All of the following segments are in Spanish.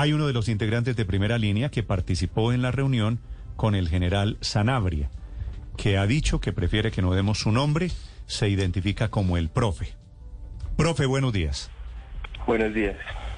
Hay uno de los integrantes de Primera Línea que participó en la reunión con el general Sanabria, que ha dicho que prefiere que no demos su nombre, se identifica como el profe. Profe, buenos días. Buenos días.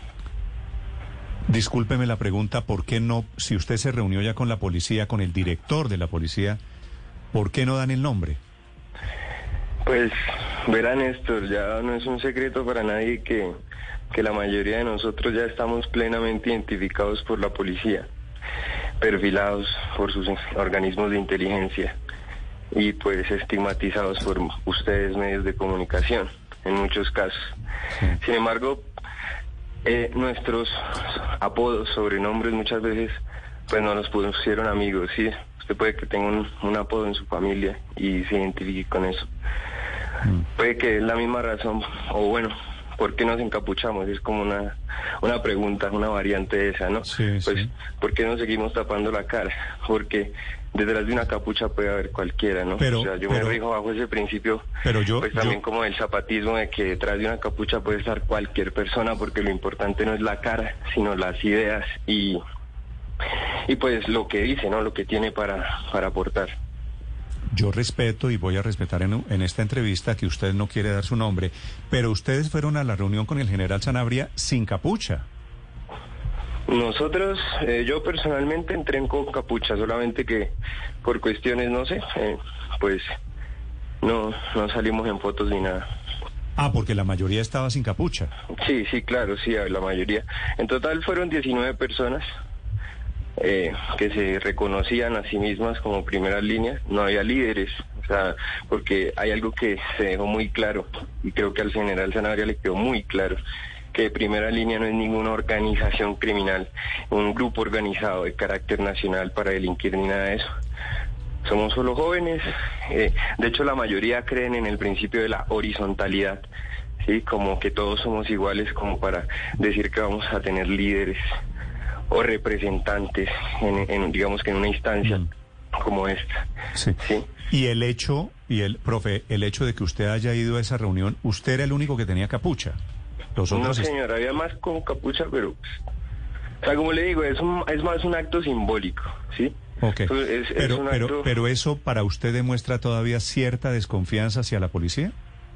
Discúlpeme la pregunta, ¿por qué no, si usted se reunió ya con la policía, con el director de la policía, ¿por qué no dan el nombre? Pues, verán, Néstor, ya no es un secreto para nadie que la mayoría de nosotros ya estamos plenamente identificados por la policía, perfilados por sus organismos de inteligencia y pues estigmatizados por ustedes, medios de comunicación, en muchos casos. Sí. Sin embargo, nuestros apodos, sobrenombres, muchas veces pues nos los pusieron amigos, ¿sí? Usted puede que tenga un apodo en su familia y se identifique con eso. Puede que es la misma razón, o bueno, ¿por qué nos encapuchamos? Es como una pregunta, una variante de esa, ¿no? Sí, pues, sí. ¿por qué nos seguimos tapando la cara? Porque detrás de una capucha puede haber cualquiera, ¿no? Pero, o sea, yo me rijo bajo ese principio, pues también como el zapatismo de que detrás de una capucha puede estar cualquier persona, porque lo importante no es la cara, sino las ideas y pues lo que dice, ¿no? Lo que tiene para aportar. Yo respeto y voy a respetar en esta entrevista que usted no quiere dar su nombre, pero ustedes fueron a la reunión con el general Sanabria sin capucha. Nosotros, yo personalmente entré con capucha, solamente que por cuestiones, no sé, pues no salimos en fotos ni nada. Ah, porque la mayoría estaba sin capucha. Sí, claro, sí, la mayoría. En total fueron 19 personas. Que se reconocían a sí mismas como primera línea, no había líderes, o sea, porque hay algo que se dejó muy claro, y creo que al general Sanabria le quedó muy claro, que Primera Línea no es ninguna organización criminal, un grupo organizado de carácter nacional para delinquir ni nada de eso. Somos solo jóvenes, de hecho la mayoría creen en el principio de la horizontalidad, ¿sí? Como que todos somos iguales como para decir que vamos a tener líderes o representantes digamos que en una instancia como esta. Sí. ¿Sí? Y el hecho de que usted haya ido a esa reunión, usted era el único que tenía capucha. Los otros no, señor, había más con capucha, pero o sea, como le digo, es más un acto simbólico, ¿sí? Okay. Acto... pero eso para usted demuestra todavía cierta desconfianza hacia la policía.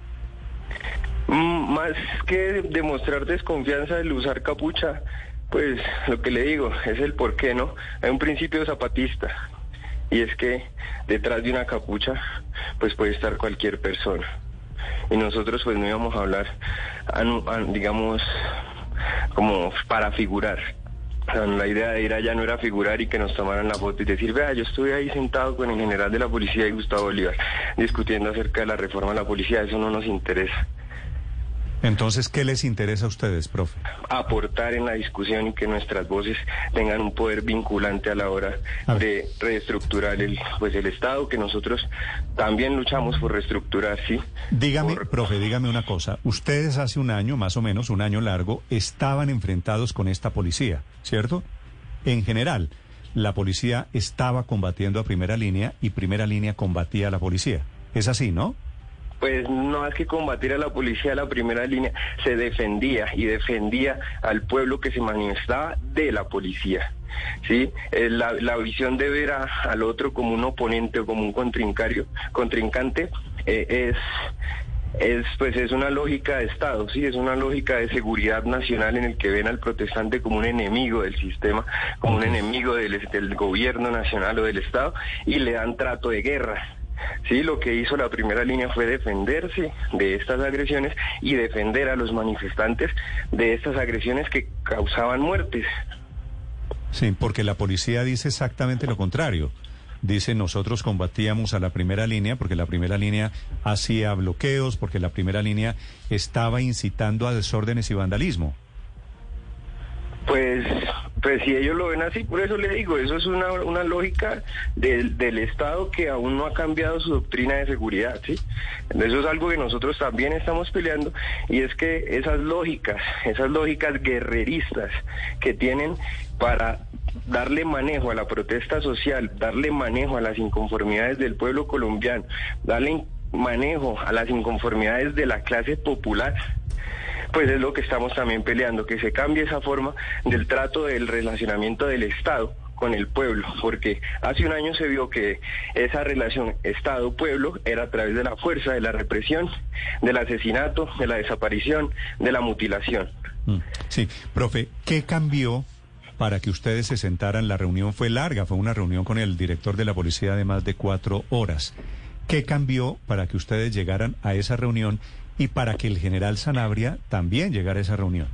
Más que demostrar desconfianza del usar capucha, pues lo que le digo es el por qué, ¿no? Hay un principio zapatista y es que detrás de una capucha pues puede estar cualquier persona y nosotros pues no íbamos a hablar digamos como para figurar. O sea, la idea de ir allá no era figurar y que nos tomaran la foto y decir, vea, yo estuve ahí sentado con el general de la policía y Gustavo Bolívar discutiendo acerca de la reforma de la policía. Eso no nos interesa. Entonces, ¿qué les interesa a ustedes, profe? Aportar en la discusión y que nuestras voces tengan un poder vinculante a la hora de reestructurar el Estado, que nosotros también luchamos por reestructurar, ¿sí? Profe, dígame una cosa. Ustedes hace un año, más o menos, un año largo, estaban enfrentados con esta policía, ¿cierto? En general, la policía estaba combatiendo a Primera Línea y Primera Línea combatía a la policía. Es así, ¿no? Pues no es que combatir a la policía, la Primera Línea se defendía y defendía al pueblo que se manifestaba de la policía, ¿sí? La visión de ver al otro como un oponente o como un contrincante es una lógica de Estado, sí, es una lógica de seguridad nacional en el que ven al protestante como un enemigo del sistema, como un enemigo del gobierno nacional o del Estado y le dan trato de guerra. Sí, lo que hizo la Primera Línea fue defenderse de estas agresiones y defender a los manifestantes de estas agresiones que causaban muertes. Sí, porque la policía dice exactamente lo contrario. Dice, nosotros combatíamos a la Primera Línea porque la Primera Línea hacía bloqueos, porque la Primera Línea estaba incitando a desórdenes y vandalismo. Pues si ellos lo ven así, por eso le digo, eso es una lógica del Estado que aún no ha cambiado su doctrina de seguridad, ¿sí? Eso es algo que nosotros también estamos peleando, y es que esas lógicas guerreristas que tienen para darle manejo a la protesta social, darle manejo a las inconformidades del pueblo colombiano, darle manejo a las inconformidades de la clase popular, pues es lo que estamos también peleando, que se cambie esa forma del trato del relacionamiento del Estado con el pueblo, porque hace un año se vio que esa relación Estado-pueblo era a través de la fuerza, de la represión, del asesinato, de la desaparición, de la mutilación. Sí, profe, ¿qué cambió para que ustedes se sentaran? La reunión fue larga, fue una reunión con el director de la policía de más de 4 horas. ¿Qué cambió para que ustedes llegaran a esa reunión y para que el general Sanabria también llegara a esa reunión?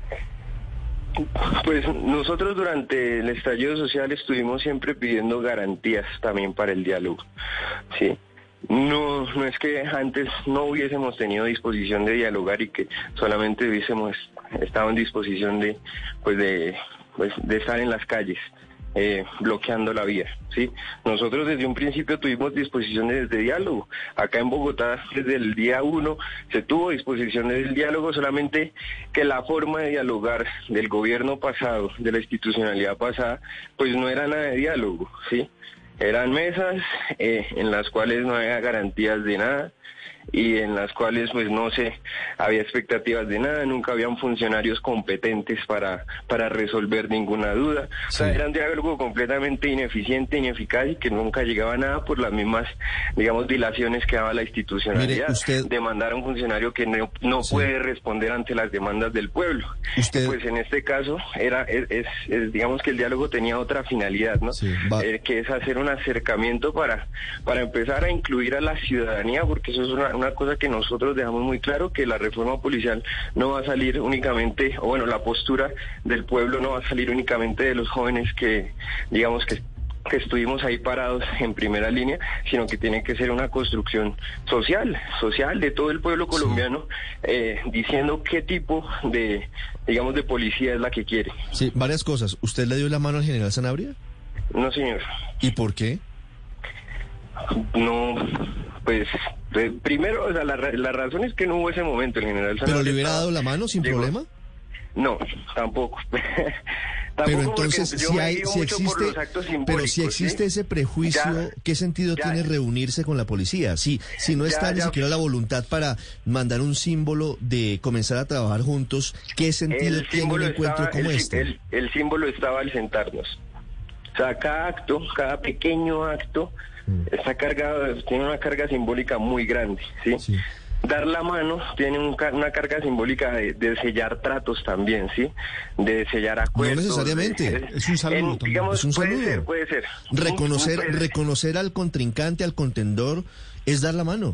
Pues nosotros durante el estallido social estuvimos siempre pidiendo garantías también para el diálogo, ¿sí? No es que antes no hubiésemos tenido disposición de dialogar y que solamente hubiésemos estado en disposición de estar en las calles, bloqueando la vía, ¿sí? Nosotros desde un principio tuvimos disposiciones de diálogo. Acá en Bogotá, desde el día 1, se tuvo disposición del diálogo, solamente que la forma de dialogar del gobierno pasado, de la institucionalidad pasada, pues no era nada de diálogo, ¿sí? Eran mesas en las cuales no había garantías de nada y en las cuales pues no había expectativas de nada, nunca habían funcionarios competentes para resolver ninguna duda. O sea, era un diálogo completamente ineficiente, ineficaz y que nunca llegaba a nada por las mismas, digamos, dilaciones que daba la institucionalidad. Demandar a un funcionario que no puede responder ante las demandas del pueblo. Pues en este caso digamos que el diálogo tenía otra finalidad, ¿no? Que es hacer un acercamiento para empezar a incluir a la ciudadanía, porque eso es una cosa que nosotros dejamos muy claro, que la reforma policial no va a salir únicamente, o bueno, la postura del pueblo no va a salir únicamente de los jóvenes que, digamos, que estuvimos ahí parados en primera línea, sino que tiene que ser una construcción social de todo el pueblo colombiano, diciendo qué tipo de, digamos, de policía es la que quiere. Sí, varias cosas. ¿Usted le dio la mano al general Sanabria? No, señor. ¿Y por qué? No, pues primero, o sea, la razón es que no hubo ese momento. El general Sanabria. ¿Pero le hubiera dado la mano sin problema? No, tampoco. Pero entonces, si existe ese prejuicio, ¿qué sentido tiene reunirse con la policía? Si no está ni siquiera la voluntad para mandar un símbolo de comenzar a trabajar juntos, ¿qué sentido tiene un encuentro como este? El símbolo estaba al sentarnos. O sea, cada pequeño acto está cargado, tiene una carga simbólica muy grande, ¿sí? Sí. Dar la mano tiene una carga simbólica de sellar tratos también, ¿sí? De sellar acuerdos. No necesariamente. Es un saludo. Digamos, es un saludo. Puede ser. Reconocer al contrincante, al contendor, es dar la mano.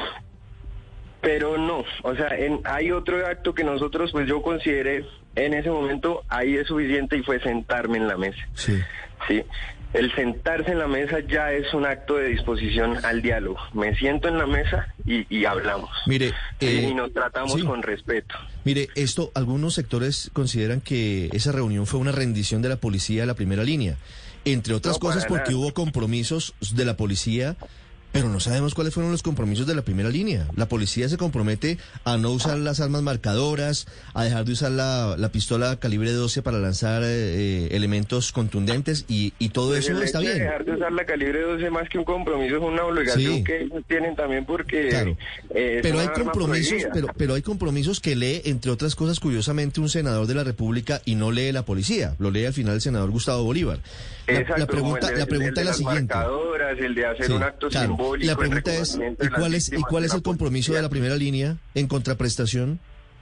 Pero no, o sea, hay otro acto que nosotros, pues yo consideré en ese momento, ahí es suficiente y fue sentarme en la mesa. Sí. Sí. El sentarse en la mesa ya es un acto de disposición al diálogo. Me siento en la mesa y hablamos. Mire, y nos tratamos con respeto. Mire, algunos sectores consideran que esa reunión fue una rendición de la policía a la primera línea. Entre otras cosas porque hubo compromisos de la policía, pero no sabemos cuáles fueron los compromisos de la primera línea. La policía se compromete a no usar las armas marcadoras, a dejar de usar la pistola calibre 12 para lanzar elementos contundentes y todo eso está bien. Dejar de usar la calibre 12 más que un compromiso es una obligación que ellos tienen también porque... Claro. Pero hay compromisos que lee, entre otras cosas, curiosamente, un senador de la República y no lee la policía. Lo lee al final el senador Gustavo Bolívar. La pregunta es la siguiente. El de hacer un acto simbólico. La pregunta es, ¿y cuál es el compromiso de la primera línea en contraprestación?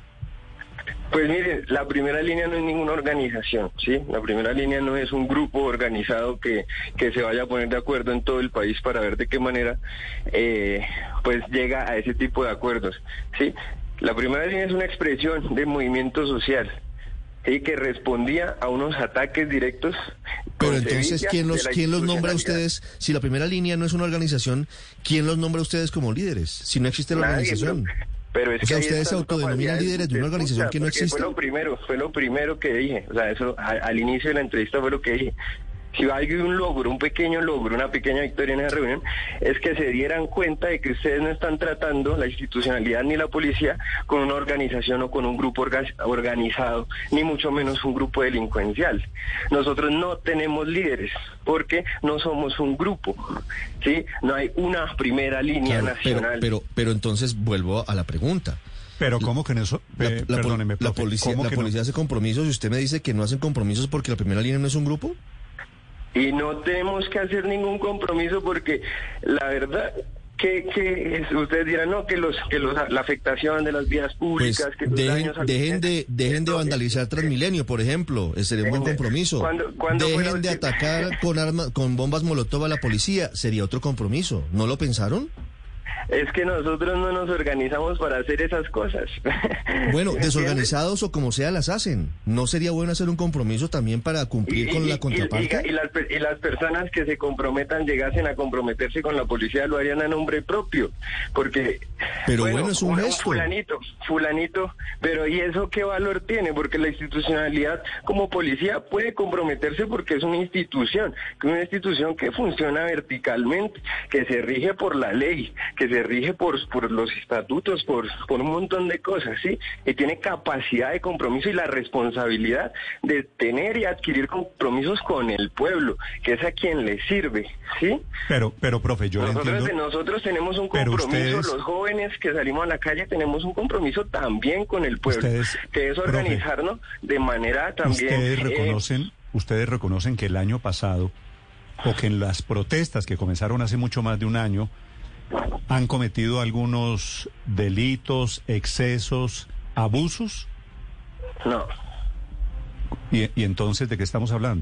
Pues mire, la primera línea no es ninguna organización, ¿sí? La primera línea no es un grupo organizado que se vaya a poner de acuerdo en todo el país para ver de qué manera pues llega a ese tipo de acuerdos, ¿sí? La primera línea es una expresión de movimiento social, ¿sí? Que respondía a unos ataques directos. Pero entonces, ¿quién los nombra a ustedes? Si la primera línea no es una organización, ¿quién los nombra a ustedes como líderes? Si no existe la organización. Pero es que ustedes se autodenominan líderes de una organización que no existe. Fue lo primero que dije. O sea, eso al inicio de la entrevista fue lo que dije. Si hay un logro, un pequeño logro, una pequeña victoria en esa reunión, es que se dieran cuenta de que ustedes no están tratando la institucionalidad ni la policía con una organización o con un grupo organizado, ni mucho menos un grupo delincuencial. Nosotros no tenemos líderes, porque no somos un grupo, ¿sí? No hay una primera línea nacional. Pero entonces vuelvo a la pregunta. Pero ¿cómo que en eso? Perdóneme, la profe, policía, ¿cómo la que policía hace compromisos y usted me dice que no hacen compromisos porque la primera línea no es un grupo. Y no tenemos que hacer ningún compromiso porque la verdad que ustedes dirán no la afectación de las vías públicas, Pues que los daños al dejen de vandalizar Transmilenio, por ejemplo, ese sería un buen compromiso. ¿Cuándo Dejen de atacar con bombas molotov a la policía, sería otro compromiso. ¿No lo pensaron? Es que nosotros no nos organizamos para hacer esas cosas. Bueno, desorganizados o como sea las hacen. ¿No sería bueno hacer un compromiso también para cumplir con la contraparte? Y las personas que se comprometan, llegasen a comprometerse con la policía, lo harían a nombre propio. Porque... Pero bueno, es un gesto. Fulanito, pero ¿y eso qué valor tiene? Porque la institucionalidad como policía puede comprometerse porque es una institución que funciona verticalmente, que se rige por la ley, que se rige por los estatutos, por un montón de cosas, ¿sí? Y tiene capacidad de compromiso y la responsabilidad de tener y adquirir compromisos con el pueblo, que es a quien le sirve, ¿sí? Pero profe, yo entiendo. Nosotros tenemos un compromiso, los jóvenes que salimos a la calle tenemos un compromiso también con el pueblo, que es organizarnos, profe, de manera también... Ustedes reconocen que el año pasado, o que en las protestas que comenzaron hace mucho más de un año, ¿han cometido algunos delitos, excesos, abusos? No. ¿Y entonces de qué estamos hablando?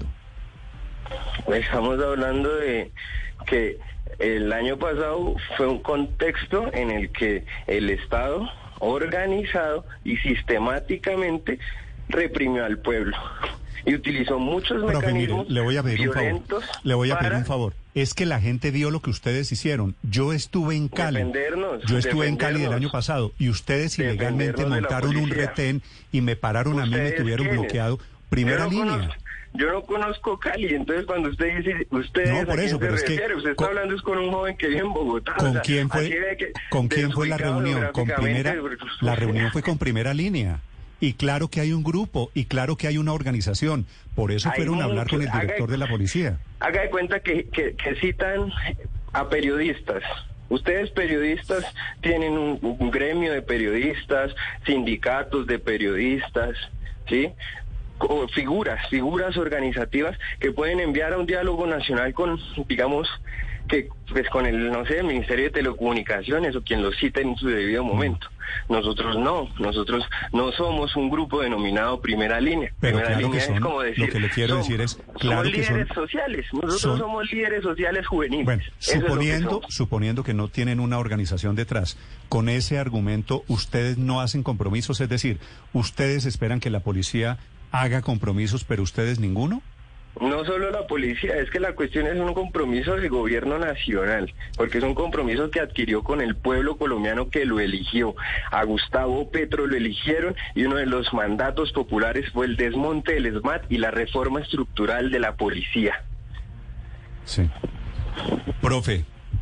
Estamos hablando de que el año pasado fue un contexto en el que el Estado, organizado y sistemáticamente, reprimió al pueblo y utilizó muchos mecanismos. Mire, le voy a pedir un favor. Es que la gente vio lo que ustedes hicieron. Yo estuve en Cali. En Cali el año pasado y ustedes ilegalmente montaron un retén y me pararon a mí, me tuvieron bloqueado. Primera línea. Yo no conozco Cali, entonces cuando usted dice, no, por eso, pero es que usted está hablando es con un joven que vive en Bogotá. ¿Con quién fue la reunión? La reunión fue con Primera Línea. Y claro que hay un grupo, y claro que hay una organización. Por eso fueron a hablar con el director de la policía. Haga de cuenta que citan a periodistas. Ustedes periodistas tienen un gremio de periodistas, sindicatos de periodistas, ¿sí? O figuras organizativas que pueden enviar a un diálogo nacional con, digamos, que pues con el Ministerio de Telecomunicaciones o quien lo cite en su debido momento. Nosotros no somos un grupo denominado Primera Línea. Pero Primera claro línea que son, es como decir, lo que le quiero decir es, claro somos que líderes son, sociales, nosotros somos líderes sociales juveniles. Bueno, suponiendo que no tienen una organización detrás, con ese argumento ustedes no hacen compromisos, es decir, ustedes esperan que la policía haga compromisos, pero ustedes ninguno. No solo la policía, es que la cuestión es un compromiso del gobierno nacional, porque es un compromiso que adquirió con el pueblo colombiano que lo eligió. A Gustavo Petro lo eligieron y uno de los mandatos populares fue el desmonte del ESMAD y la reforma estructural de la policía. Sí. Profe,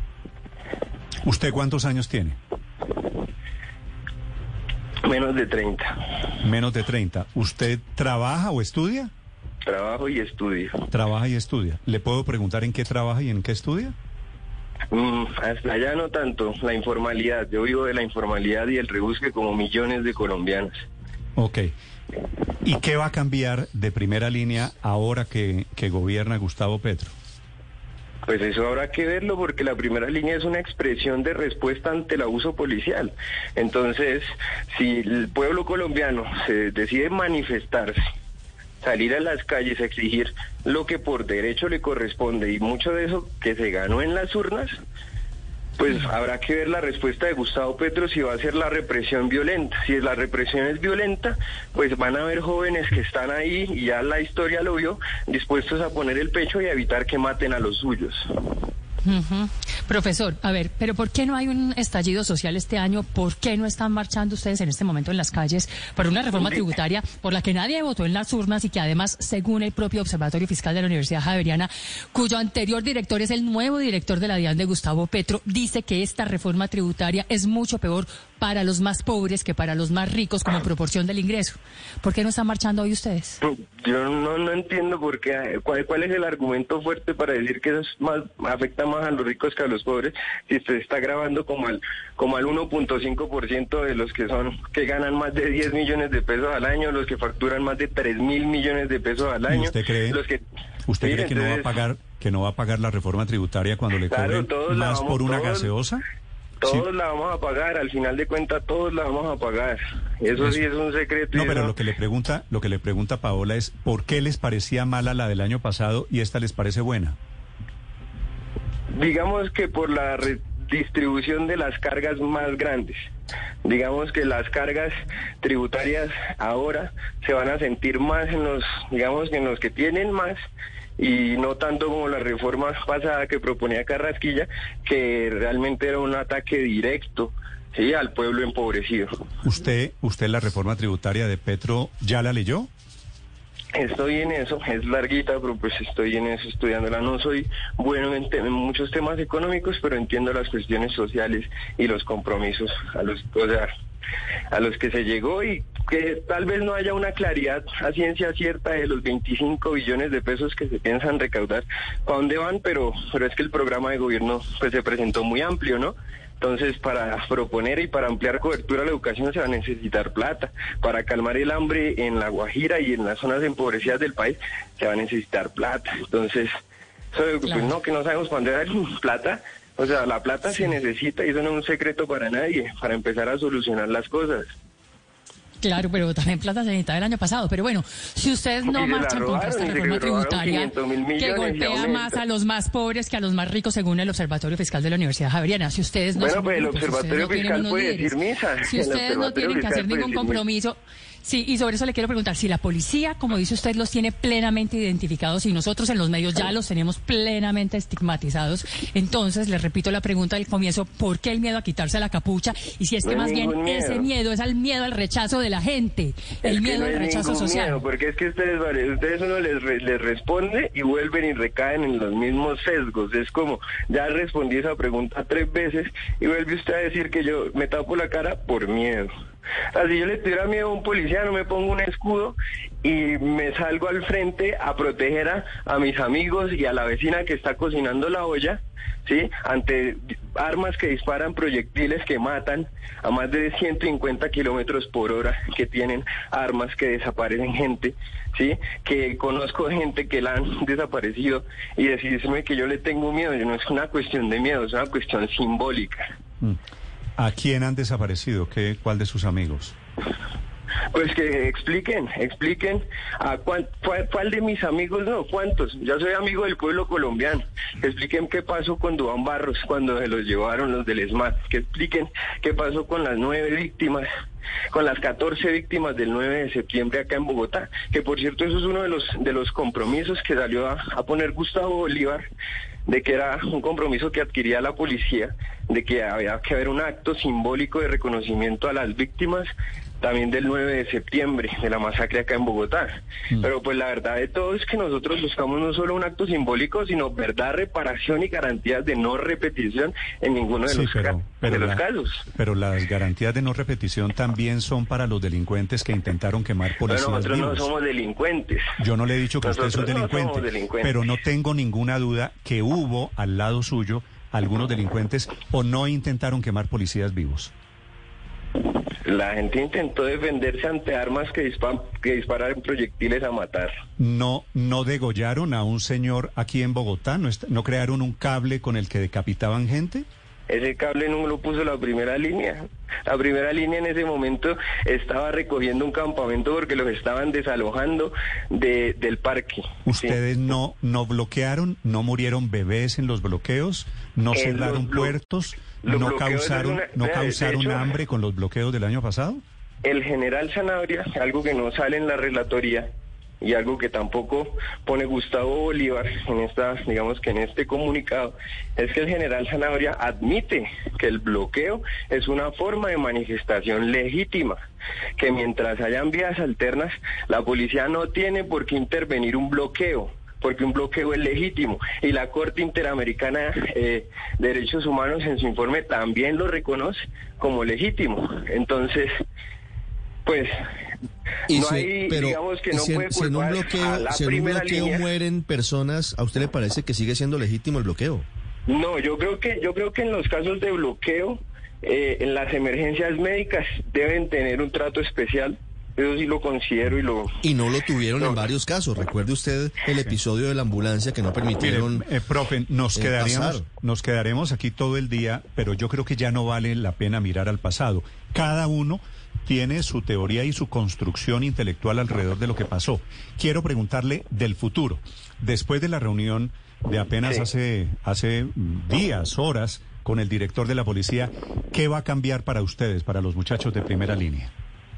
¿usted cuántos años tiene? Menos de 30. Menos de 30. ¿Usted trabaja o estudia? Trabajo y estudio. Trabaja y estudia. ¿Le puedo preguntar en qué trabaja y en qué estudia? Hasta allá no tanto, la informalidad. Yo vivo de la informalidad y el rebusque como millones de colombianos. Ok. ¿Y qué va a cambiar de Primera Línea ahora que gobierna Gustavo Petro? Pues eso habrá que verlo porque la Primera Línea es una expresión de respuesta ante el abuso policial. Entonces, si el pueblo colombiano se decide manifestarse, salir a las calles a exigir lo que por derecho le corresponde y mucho de eso que se ganó en las urnas, pues habrá que ver la respuesta de Gustavo Petro si va a ser la represión violenta. Si la represión es violenta, pues van a haber jóvenes que están ahí, y ya la historia lo vio, dispuestos a poner el pecho y a evitar que maten a los suyos. Profesor, a ver, pero ¿por qué no hay un estallido social este año? ¿Por qué no están marchando ustedes en este momento en las calles por una reforma tributaria por la que nadie votó en las urnas y que además, según el propio Observatorio Fiscal de la Universidad Javeriana, cuyo anterior director es el nuevo director de la DIAN de Gustavo Petro, dice que esta reforma tributaria es mucho peor para los más pobres que para los más ricos como proporción del ingreso. ¿Por qué no están marchando hoy ustedes? Yo no entiendo por qué, cuál es el argumento fuerte para decir que eso afecta más a los ricos que a los pobres, si se está grabando como al 1.5% de los que ganan más de 10 millones de pesos al año, los que facturan más de 3.000 millones de pesos al año. ¿Y usted cree? ¿Usted cree que no va a pagar la reforma tributaria cuando le cobren más por una gaseosa? Todos la vamos a pagar, al final de cuentas todos la vamos a pagar. Eso sí es un secreto. No, pero lo que le pregunta Paola es ¿por qué les parecía mala la del año pasado y esta les parece buena? Digamos que por la redistribución de las cargas más grandes. Digamos que las cargas tributarias ahora se van a sentir más en los que tienen más, y no tanto como la reforma pasada que proponía Carrasquilla, que realmente era un ataque directo, sí, al pueblo empobrecido. ¿Usted la reforma tributaria de Petro ya la leyó? Estoy en eso, es larguita, pero pues estoy en eso estudiándola. No soy bueno en muchos temas económicos, pero entiendo las cuestiones sociales y los compromisos a los que se llegó, y que tal vez no haya una claridad a ciencia cierta de los 25 billones de pesos que se piensan recaudar, para dónde van, pero es que el programa de gobierno pues se presentó muy amplio, ¿no? Entonces, para proponer y para ampliar cobertura a la educación se va a necesitar plata. Para calmar el hambre en La Guajira y en las zonas empobrecidas del país se va a necesitar plata. Entonces, claro. Pues no, que no sabemos cuándo dar plata. O sea, la plata se necesita, y eso no es un secreto para nadie, para empezar a solucionar las cosas. Claro, pero también plata se necesitaba el año pasado. Pero bueno, si ustedes no marchan contra esta reforma tributaria que golpea más a los más pobres que a los más ricos, según el Observatorio Fiscal de la Universidad Javeriana, si ustedes no... Bueno, pues el Observatorio Fiscal puede decir misa. Si ustedes no tienen que hacer ningún compromiso... Sí, y sobre eso le quiero preguntar, si la policía, como dice usted, los tiene plenamente identificados y nosotros en los medios ya los tenemos plenamente estigmatizados, entonces les repito la pregunta del comienzo, ¿por qué el miedo a quitarse la capucha? Y si es que más bien ese miedo es al miedo al rechazo de la gente, el miedo al rechazo social. Miedo, porque es que ustedes uno les responde y vuelven y recaen en los mismos sesgos. Es como, ya respondí esa pregunta 3 veces y vuelve usted a decir que yo me tapo la cara por miedo. Así yo le tuviera miedo a un policía, no me pongo un escudo y me salgo al frente a proteger a mis amigos y a la vecina que está cocinando la olla, ¿sí? Ante armas que disparan proyectiles que matan a más de 150 kilómetros por hora, que tienen armas que desaparecen gente, ¿sí? Que conozco gente que la han desaparecido, y decirme que yo le tengo miedo, no es una cuestión de miedo, es una cuestión simbólica. ¿A quién han desaparecido? ¿Cuál de sus amigos? Pues que expliquen a cuál de mis amigos, no, cuántos. Ya soy amigo del pueblo colombiano. Que expliquen qué pasó con Duván Barros cuando se los llevaron los del ESMAD. Que expliquen qué pasó con las 9 víctimas, con las 14 víctimas del 9 de septiembre acá en Bogotá. Que por cierto, eso es uno de los compromisos que salió a poner Gustavo Bolívar, de que era un compromiso que adquiría la policía, de que había que haber un acto simbólico de reconocimiento a las víctimas también del 9 de septiembre, de la masacre acá en Bogotá. Pero pues la verdad de todo es que nosotros buscamos no solo un acto simbólico, sino verdad, reparación y garantías de no repetición en ninguno de los casos. Pero las garantías de no repetición también son para los delincuentes que intentaron quemar policías vivos. Nosotros no somos delincuentes. Yo no le he dicho que usted es un delincuente, pero no tengo ninguna duda que hubo al lado suyo algunos delincuentes o no intentaron quemar policías vivos. La gente intentó defenderse ante armas que dispararon proyectiles a matar. ¿No degollaron a un señor aquí en Bogotá? ¿No crearon un cable con el que decapitaban gente? Ese cable no lo puso la primera línea. La primera línea en ese momento estaba recogiendo un campamento porque los estaban desalojando del parque. ¿Ustedes no bloquearon? ¿No murieron bebés en los bloqueos? ¿No cerraron puertos? ¿No causaron hambre con los bloqueos del año pasado? El general Sanabria, algo que no sale en la relatoría y algo que tampoco pone Gustavo Bolívar en este comunicado, es que el general Sanabria admite que el bloqueo es una forma de manifestación legítima, que mientras hayan vías alternas, la policía no tiene por qué intervenir un bloqueo, porque un bloqueo es legítimo y la Corte Interamericana de Derechos Humanos en su informe también lo reconoce como legítimo. Entonces, pues no hay, digamos que no puede culpar a la primera línea. Mueren personas, ¿a usted le parece que sigue siendo legítimo el bloqueo? No, yo creo que en los casos de bloqueo, en las emergencias médicas deben tener un trato especial. Eso sí lo considero y no lo tuvieron en varios casos. Recuerde usted el episodio de la ambulancia que no permitieron. Mire, profe, nos quedaremos aquí todo el día, pero yo creo que ya no vale la pena mirar al pasado. Cada uno tiene su teoría y su construcción intelectual alrededor de lo que pasó. Quiero preguntarle del futuro. Después de la reunión de apenas hace días, horas, con el director de la policía, ¿qué va a cambiar para ustedes, para los muchachos de primera línea?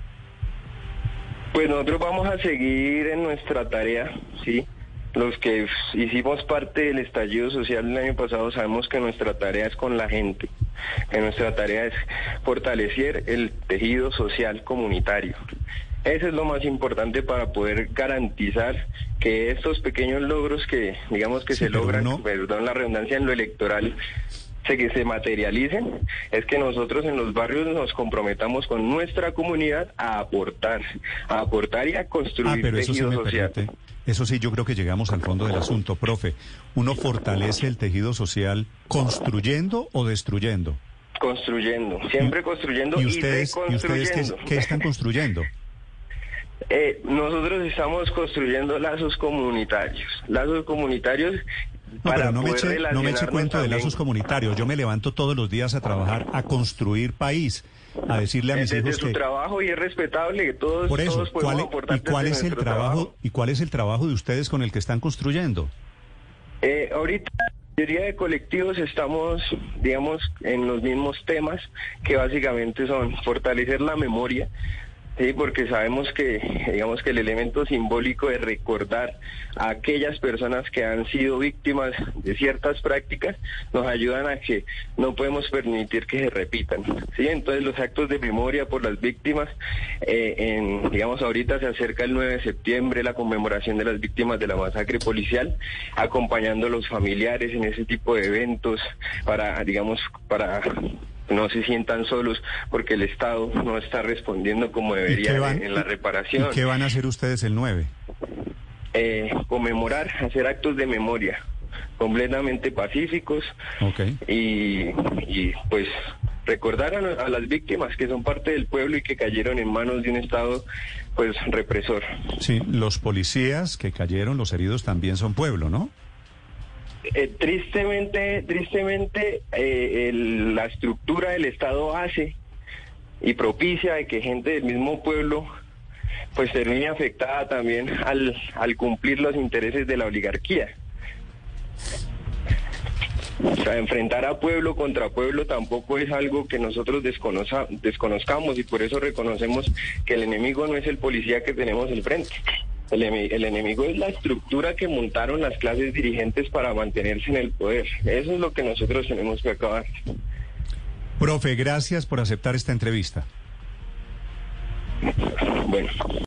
Pues nosotros vamos a seguir en nuestra tarea, ¿sí? Los que hicimos parte del estallido social el año pasado sabemos que nuestra tarea es con la gente, que nuestra tarea es fortalecer el tejido social comunitario. Eso es lo más importante para poder garantizar que estos pequeños logros que, digamos que se logran, perdón la redundancia, en lo electoral, que se materialicen, es que nosotros en los barrios nos comprometamos con nuestra comunidad a aportar y a construir tejido social. Eso sí, yo creo que llegamos al fondo del asunto, profe. ¿Uno fortalece el tejido social construyendo o destruyendo? Construyendo, siempre construyendo y reconstruyendo. ¿Y ustedes qué están construyendo? Nosotros estamos construyendo lazos comunitarios No, pero no me eche cuento de lazos comunitarios. Yo me levanto todos los días a trabajar, a construir país, a decirle a mis hijos que... su trabajo y es respetable, todos podemos aportar. ¿Y cuál es el trabajo de ustedes con el que están construyendo? Ahorita, la mayoría de colectivos estamos, digamos, en los mismos temas, que básicamente son fortalecer la memoria. Sí, porque sabemos que, digamos que el elemento simbólico de recordar a aquellas personas que han sido víctimas de ciertas prácticas nos ayudan a que no podemos permitir que se repitan. Sí, entonces los actos de memoria por las víctimas, digamos ahorita se acerca el 9 de septiembre, la conmemoración de las víctimas de la masacre policial, acompañando a los familiares en ese tipo de eventos para no se sientan solos porque el Estado no está respondiendo como debería en la reparación. ¿Y qué van a hacer ustedes el 9? Conmemorar, hacer actos de memoria completamente pacíficos. Y pues recordar a las víctimas que son parte del pueblo y que cayeron en manos de un Estado pues represor. Sí, los policías que cayeron, los heridos también son pueblo, ¿no? Tristemente, la estructura del Estado hace y propicia de que gente del mismo pueblo pues termine afectada también al cumplir los intereses de la oligarquía. O sea, enfrentar a pueblo contra pueblo tampoco es algo que nosotros desconozcamos y por eso reconocemos que el enemigo no es el policía que tenemos al frente. El enemigo es la estructura que montaron las clases dirigentes para mantenerse en el poder. Eso es lo que nosotros tenemos que acabar. Profe, gracias por aceptar esta entrevista. Bueno.